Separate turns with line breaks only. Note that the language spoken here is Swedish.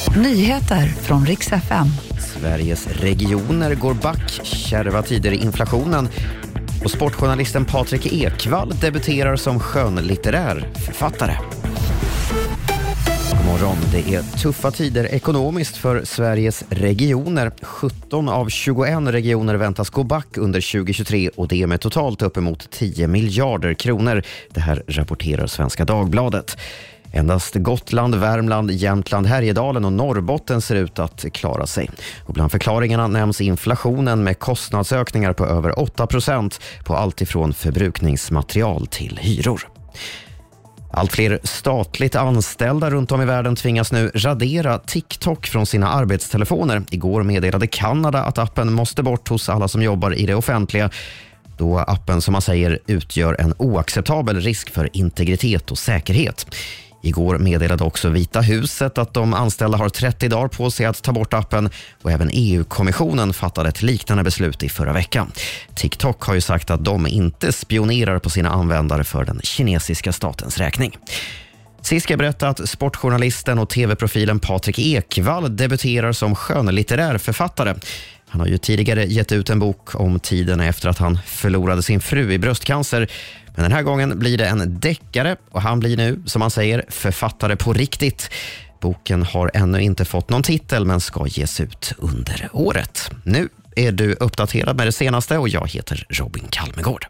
Nyheter från Rix FM.
Sveriges regioner går back, kärva tider i inflationen. Och sportjournalisten Patrik Ekwall debuterar som skönlitterär författare. God morgon, det är tuffa tider ekonomiskt för Sveriges regioner. 17 av 21 regioner väntas gå back under 2023 och det är med totalt uppemot 10 miljarder kronor. Det här rapporterar Svenska Dagbladet. Endast Gotland, Värmland, Jämtland, Härjedalen och Norrbotten ser ut att klara sig. Och bland förklaringarna nämns inflationen med kostnadsökningar på över 8% på allt ifrån förbrukningsmaterial till hyror. Allt fler statligt anställda runt om i världen tvingas nu radera TikTok från sina arbetstelefoner. Igår meddelade Kanada att appen måste bort hos alla som jobbar i det offentliga, då appen, som man säger, utgör en oacceptabel risk för integritet och säkerhet. Igår meddelade också Vita huset att de anställda har 30 dagar på sig att ta bort appen, och även EU-kommissionen fattade ett liknande beslut i förra veckan. TikTok har ju sagt att de inte spionerar på sina användare för den kinesiska statens räkning. Sist ska jag berätta att sportjournalisten och tv-profilen Patrik Ekwall debuterar som skönlitterär författare. Han har ju tidigare gett ut en bok om tiden efter att han förlorade sin fru i bröstcancer. Men den här gången blir det en deckare och han blir nu, som man säger, författare på riktigt. Boken har ännu inte fått någon titel men ska ges ut under året. Nu är du uppdaterad med det senaste och jag heter Robin Kalmegård.